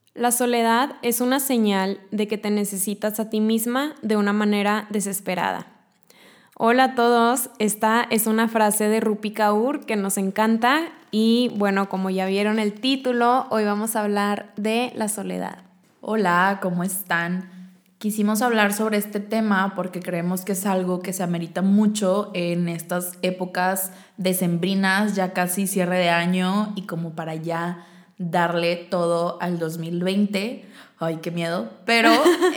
La soledad es una señal de que te necesitas a ti misma de una manera desesperada. Hola a todos, esta es una frase de Rupi Kaur que nos encanta y bueno, como ya vieron el título, hoy vamos a hablar de la soledad. Hola, ¿cómo están? Quisimos hablar sobre este tema porque creemos que es algo que se amerita mucho en estas épocas decembrinas, ya casi cierre de año y como para ya darle todo al 2020. Ay, qué miedo. Pero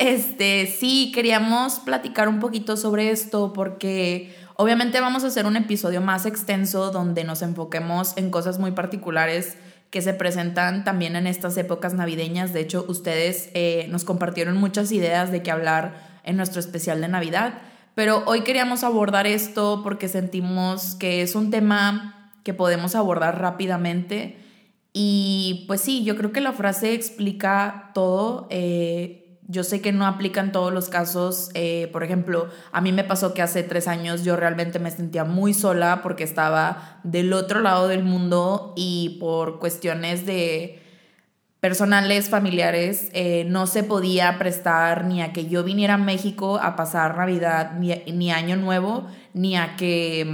sí queríamos platicar un poquito sobre esto porque obviamente vamos a hacer un episodio más extenso donde nos enfoquemos en cosas muy particulares que se presentan también en estas épocas navideñas. De hecho, ustedes nos compartieron muchas ideas de qué hablar en nuestro especial de Navidad, pero hoy queríamos abordar esto porque sentimos que es un tema que podemos abordar rápidamente y pues sí, yo creo que la frase explica todo. Yo sé que no aplica en todos los casos. Por ejemplo, a mí me pasó que hace 3 años yo realmente me sentía muy sola porque estaba del otro lado del mundo y por cuestiones de personales, familiares, no se podía prestar ni a que yo viniera a México a pasar Navidad, ni Año Nuevo, ni a que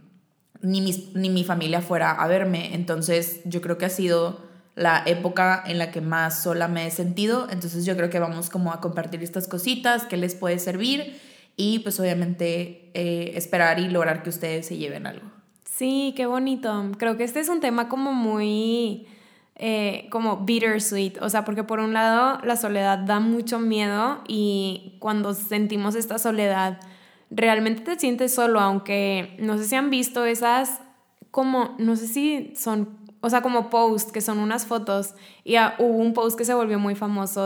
ni mi familia fuera a verme. Entonces yo creo que ha sido la época en la que más sola me he sentido. Entonces yo creo que vamos como a compartir estas cositas que les puede servir y pues obviamente esperar y lograr que ustedes se lleven algo. Sí, qué bonito. Creo que este es un tema como muy como bittersweet, o sea, porque por un lado la soledad da mucho miedo y cuando sentimos esta soledad realmente te sientes solo, aunque no sé si han visto esas como, no sé si son, o sea, como posts que son unas fotos y hubo un post que se volvió muy famoso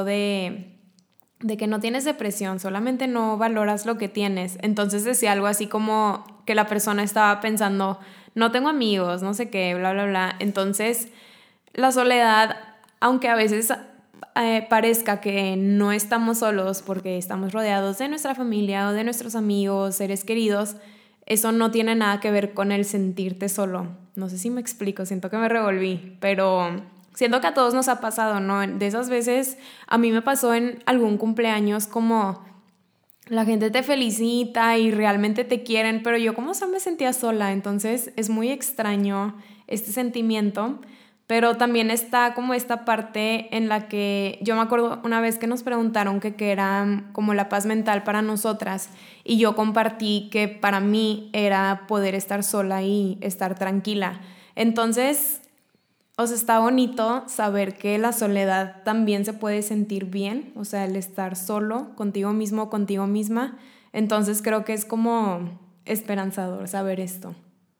de que no tienes depresión, solamente no valoras lo que tienes. Entonces decía algo así como que la persona estaba pensando, no tengo amigos, no sé qué, bla, bla, bla. Entonces, la soledad, aunque a veces parezca que no estamos solos porque estamos rodeados de nuestra familia o de nuestros amigos, seres queridos, eso no tiene nada que ver con el sentirte solo. No sé si me explico, siento que me revolví, pero siento que a todos nos ha pasado, ¿no? De esas veces a mí me pasó en algún cumpleaños como la gente te felicita y realmente te quieren, pero yo como me sentía sola, entonces es muy extraño este sentimiento, pero también está como esta parte en la que yo me acuerdo una vez que nos preguntaron que qué era como la paz mental para nosotras y yo compartí que para mí era poder estar sola y estar tranquila. Entonces, o sea, está bonito saber que la soledad también se puede sentir bien, o sea, el estar solo contigo mismo, contigo misma. Entonces creo que es como esperanzador saber esto.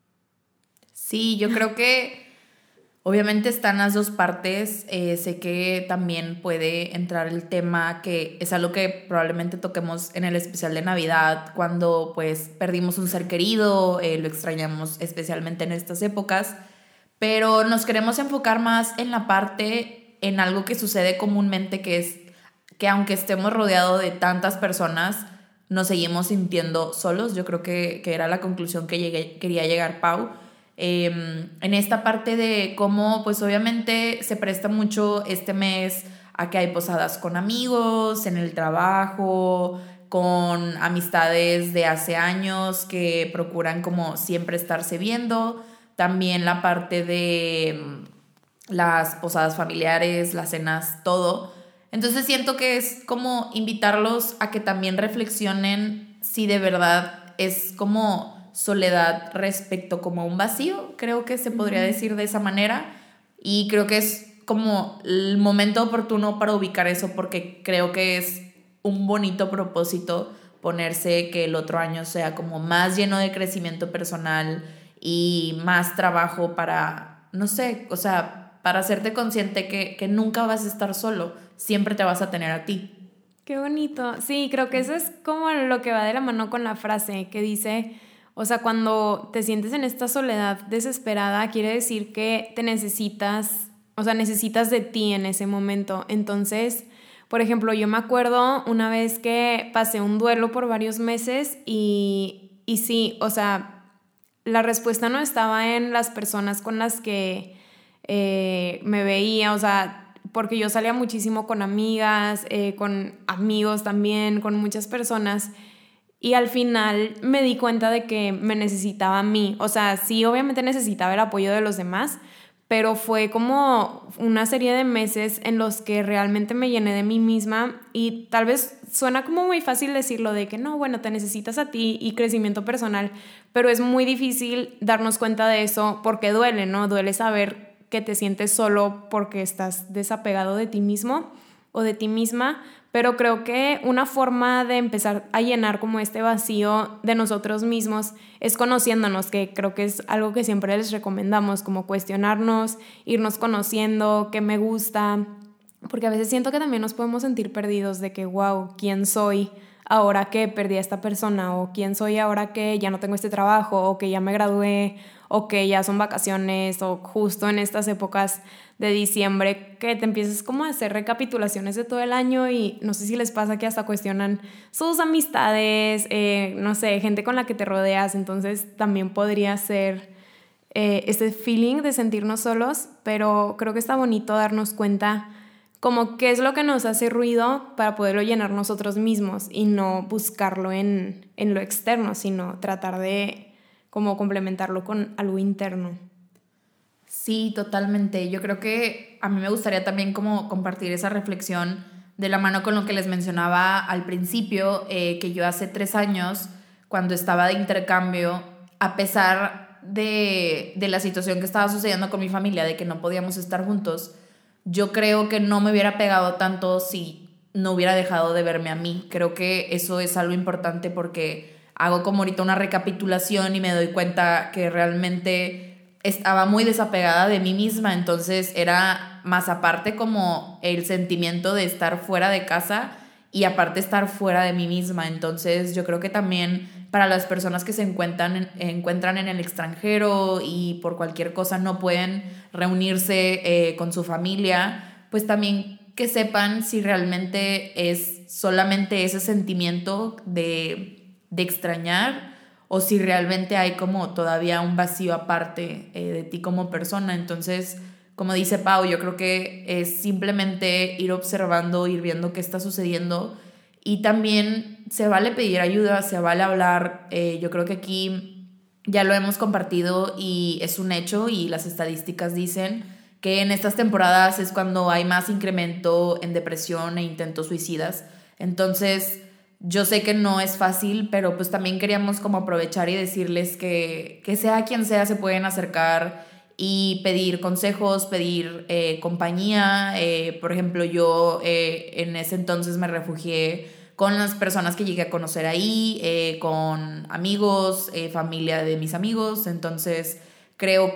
Sí, yo creo que obviamente están las dos partes. Sé que también puede entrar el tema que es algo que probablemente toquemos en el especial de Navidad, cuando pues perdimos un ser querido, lo extrañamos especialmente en estas épocas, pero nos queremos enfocar más en la parte, en algo que sucede comúnmente, que es que aunque estemos rodeados de tantas personas, nos seguimos sintiendo solos. Yo creo que era la conclusión que quería llegar Pau. En esta parte de cómo pues obviamente se presta mucho este mes a que hay posadas con amigos, en el trabajo, con amistades de hace años que procuran como siempre estarse viendo. También la parte de las posadas familiares, las cenas, todo. Entonces siento que es como invitarlos a que también reflexionen si de verdad es como soledad respecto como a un vacío, creo que se podría decir de esa manera, y creo que es como el momento oportuno para ubicar eso porque creo que es un bonito propósito ponerse que el otro año sea como más lleno de crecimiento personal y más trabajo para, no sé, o sea, para hacerte consciente que nunca vas a estar solo, siempre te vas a tener a ti. Qué bonito. Sí, creo que eso es como lo que va de la mano con la frase que dice, o sea, cuando te sientes en esta soledad desesperada, quiere decir que te necesitas, o sea, necesitas de ti en ese momento. Entonces, por ejemplo, yo me acuerdo una vez que pasé un duelo por varios meses y sí, o sea, la respuesta no estaba en las personas con las que me veía, o sea, porque yo salía muchísimo con amigas, con amigos también, con muchas personas. Y al final me di cuenta de que me necesitaba a mí. O sea, sí, obviamente necesitaba el apoyo de los demás, pero fue como una serie de meses en los que realmente me llené de mí misma. Y tal vez suena como muy fácil decirlo de que no, bueno, te necesitas a ti y crecimiento personal, pero es muy difícil darnos cuenta de eso porque duele, ¿no? Duele saber que te sientes solo porque estás desapegado de ti mismo o de ti misma. Pero creo que una forma de empezar a llenar como este vacío de nosotros mismos es conociéndonos, que creo que es algo que siempre les recomendamos, como cuestionarnos, irnos conociendo, qué me gusta, porque a veces siento que también nos podemos sentir perdidos de que, wow, ¿quién soy ahora que perdí a esta persona? O ¿quién soy ahora que ya no tengo este trabajo? O que ya me gradué, o que ya son vacaciones, o justo en estas épocas de diciembre que te empiezas como a hacer recapitulaciones de todo el año y no sé si les pasa que hasta cuestionan sus amistades, no sé, gente con la que te rodeas, entonces también podría ser este feeling de sentirnos solos, pero creo que está bonito darnos cuenta como qué es lo que nos hace ruido para poderlo llenar nosotros mismos y no buscarlo en lo externo, sino tratar de como complementarlo con algo interno. Sí, totalmente. Yo creo que a mí me gustaría también como compartir esa reflexión de la mano con lo que les mencionaba al principio, que yo hace 3 años, cuando estaba de intercambio, a pesar de la situación que estaba sucediendo con mi familia, de que no podíamos estar juntos, yo creo que no me hubiera pegado tanto si no hubiera dejado de verme a mí. Creo que eso es algo importante porque hago como ahorita una recapitulación y me doy cuenta que realmente estaba muy desapegada de mí misma, entonces era más aparte como el sentimiento de estar fuera de casa y aparte estar fuera de mí misma. Entonces yo creo que también para las personas que se encuentran en el extranjero y por cualquier cosa no pueden reunirse con su familia, pues también que sepan si realmente es solamente ese sentimiento de extrañar o si realmente hay como todavía un vacío aparte de ti como persona. Entonces, como dice Pau, yo creo que es simplemente ir observando, ir viendo qué está sucediendo y también se vale pedir ayuda, se vale hablar. Yo creo que aquí ya lo hemos compartido y es un hecho y las estadísticas dicen que en estas temporadas es cuando hay más incremento en depresión e intentos suicidas. Entonces, yo sé que no es fácil, pero pues también queríamos como aprovechar y decirles que sea quien sea se pueden acercar y pedir consejos, pedir compañía. Por ejemplo, yo en ese entonces me refugié con las personas que llegué a conocer ahí, con amigos, familia de mis amigos. Entonces creo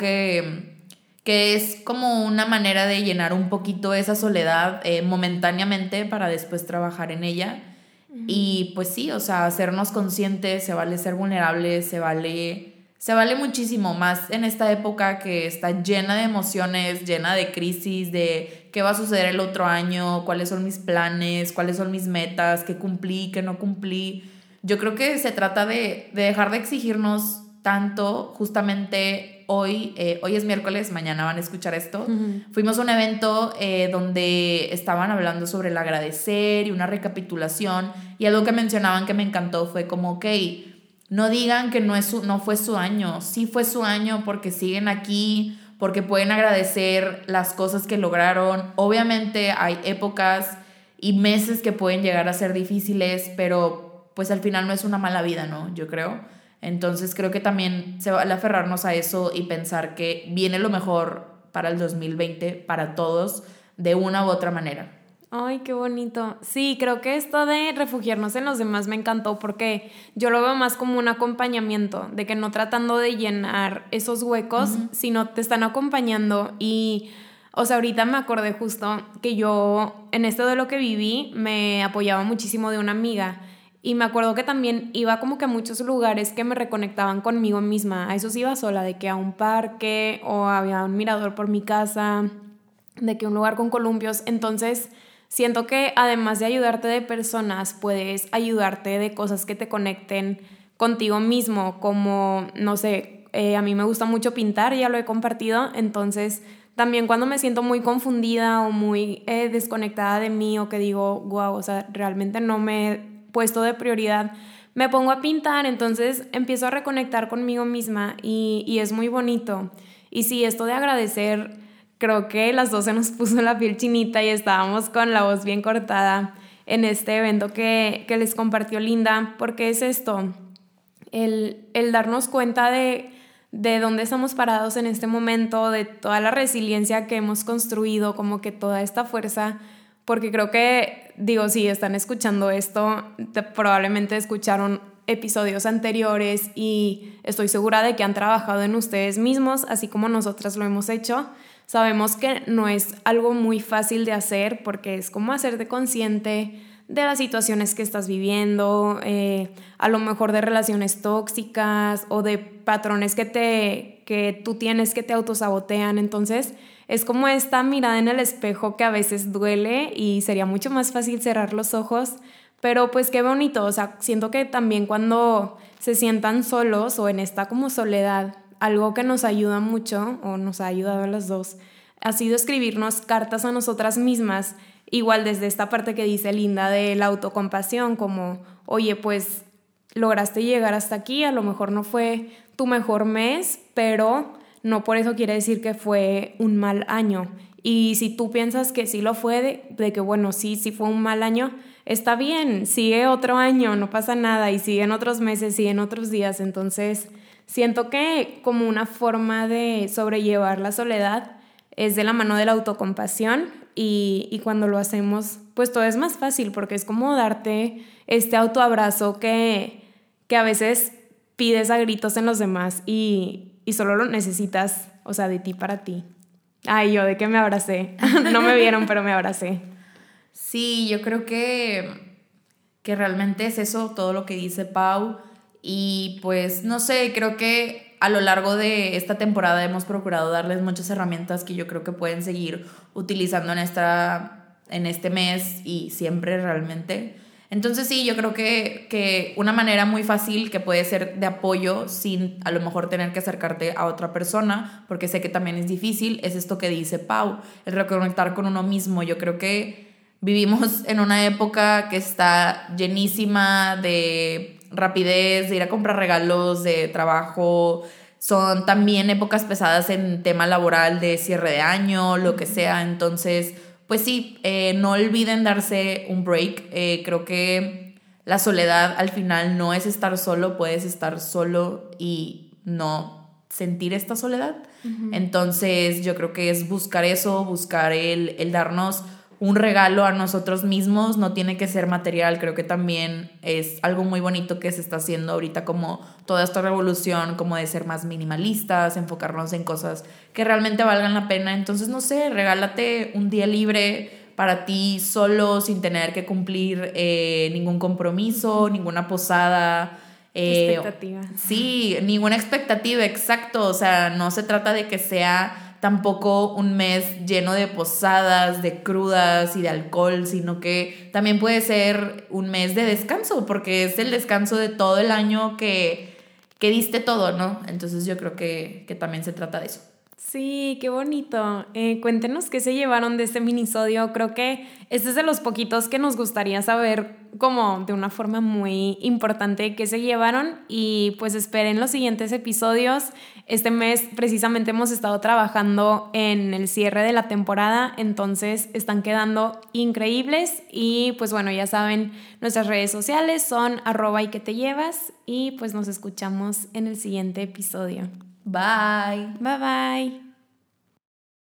que es como una manera de llenar un poquito esa soledad momentáneamente para después trabajar en ella. Y pues sí, o sea, hacernos conscientes, se vale ser vulnerables, se vale muchísimo más en esta época que está llena de emociones, llena de crisis, de qué va a suceder el otro año, cuáles son mis planes, cuáles son mis metas, qué cumplí, qué no cumplí. Yo creo que se trata de dejar de exigirnos tanto. Justamente hoy es miércoles, mañana van a escuchar esto. Fuimos a un evento donde estaban hablando sobre el agradecer y una recapitulación, y algo que mencionaban que me encantó fue como, ok, no digan que no fue su año. Sí fue su año porque siguen aquí, porque pueden agradecer las cosas que lograron. Obviamente hay épocas y meses que pueden llegar a ser difíciles, pero pues al final no es una mala vida, ¿no? Yo creo. Entonces creo que también se vale aferrarnos a eso y pensar que viene lo mejor para el 2020 para todos de una u otra manera. Ay, qué bonito. Sí, creo que esto de refugiarnos en los demás me encantó porque yo lo veo más como un acompañamiento, de que no tratando de llenar esos huecos, sino te están acompañando. Y, o sea, ahorita me acordé justo que yo en esto de lo que viví me apoyaba muchísimo de una amiga. Y me acuerdo que también iba como que a muchos lugares que me reconectaban conmigo misma. A esos iba sola, de que a un parque o había un mirador por mi casa, de que un lugar con columpios. Entonces siento que además de ayudarte de personas, puedes ayudarte de cosas que te conecten contigo mismo, como, no sé, a mí me gusta mucho pintar, ya lo he compartido, entonces también cuando me siento muy confundida o muy desconectada de mí, o que digo, wow, o sea, realmente no me he puesto de prioridad, me pongo a pintar, entonces empiezo a reconectar conmigo misma y es muy bonito. Y sí, esto de agradecer, creo que las dos se nos puso la piel chinita y estábamos con la voz bien cortada en este evento que les compartió Linda, porque es esto, el darnos cuenta de dónde estamos parados en este momento, de toda la resiliencia que hemos construido, como que toda esta fuerza, porque creo que, digo, si están escuchando esto, probablemente escucharon episodios anteriores y estoy segura de que han trabajado en ustedes mismos, así como nosotras lo hemos hecho. Sabemos que no es algo muy fácil de hacer porque es como hacerte consciente de las situaciones que estás viviendo, a lo mejor de relaciones tóxicas o de patrones que tú tienes que te autosabotean. Entonces es como esta mirada en el espejo que a veces duele y sería mucho más fácil cerrar los ojos, pero pues qué bonito. O sea, siento que también cuando se sientan solos o en esta como soledad, algo que nos ayuda mucho, o nos ha ayudado a las dos, ha sido escribirnos cartas a nosotras mismas. Igual desde esta parte que dice Linda de la autocompasión, como, oye, pues lograste llegar hasta aquí, a lo mejor no fue tu mejor mes, pero no por eso quiere decir que fue un mal año. Y si tú piensas que sí lo fue, de que bueno, sí fue un mal año, está bien, sigue otro año, no pasa nada, y siguen otros meses, siguen otros días. Entonces siento que como una forma de sobrellevar la soledad es de la mano de la autocompasión. Y cuando lo hacemos, pues todo es más fácil porque es como darte este autoabrazo que a veces pides a gritos en los demás y solo lo necesitas, o sea, de ti para ti. Ay, yo de que me abracé. No me vieron, pero me abracé. Sí, yo creo que realmente es eso, todo lo que dice Pau. Y pues, no sé, creo que a lo largo de esta temporada hemos procurado darles muchas herramientas que yo creo que pueden seguir utilizando en este mes y siempre realmente. Entonces sí, yo creo que una manera muy fácil que puede ser de apoyo sin a lo mejor tener que acercarte a otra persona, porque sé que también es difícil, es esto que dice Pau, el reconectar con uno mismo. Yo creo que vivimos en una época que está llenísima de rapidez, de ir a comprar regalos, de trabajo. Son también épocas pesadas en tema laboral, de cierre de año, lo que sea. Entonces, pues sí, no olviden darse un break. Creo que la soledad al final no es estar solo, puedes estar solo y no sentir esta soledad. Uh-huh. Entonces yo creo que es buscar eso, buscar el darnos un regalo a nosotros mismos. No tiene que ser material. Creo que también es algo muy bonito que se está haciendo ahorita, como toda esta revolución, como de ser más minimalistas, enfocarnos en cosas que realmente valgan la pena. Entonces, no sé, regálate un día libre para ti solo, sin tener que cumplir ningún compromiso, ninguna posada. Expectativa. Sí, ninguna expectativa, exacto. O sea, no se trata de que sea tampoco un mes lleno de posadas, de crudas y de alcohol, sino que también puede ser un mes de descanso, porque es el descanso de todo el año que diste todo, ¿no? Entonces yo creo que también se trata de eso. Sí, qué bonito. Cuéntenos qué se llevaron de este minisodio. Creo que este es de los poquitos que nos gustaría saber como de una forma muy importante qué se llevaron, y pues esperen los siguientes episodios. Este mes precisamente hemos estado trabajando en el cierre de la temporada, entonces están quedando increíbles. Y pues bueno, ya saben, nuestras redes sociales son @yquetellevas, y pues nos escuchamos en el siguiente episodio. Bye. Bye bye.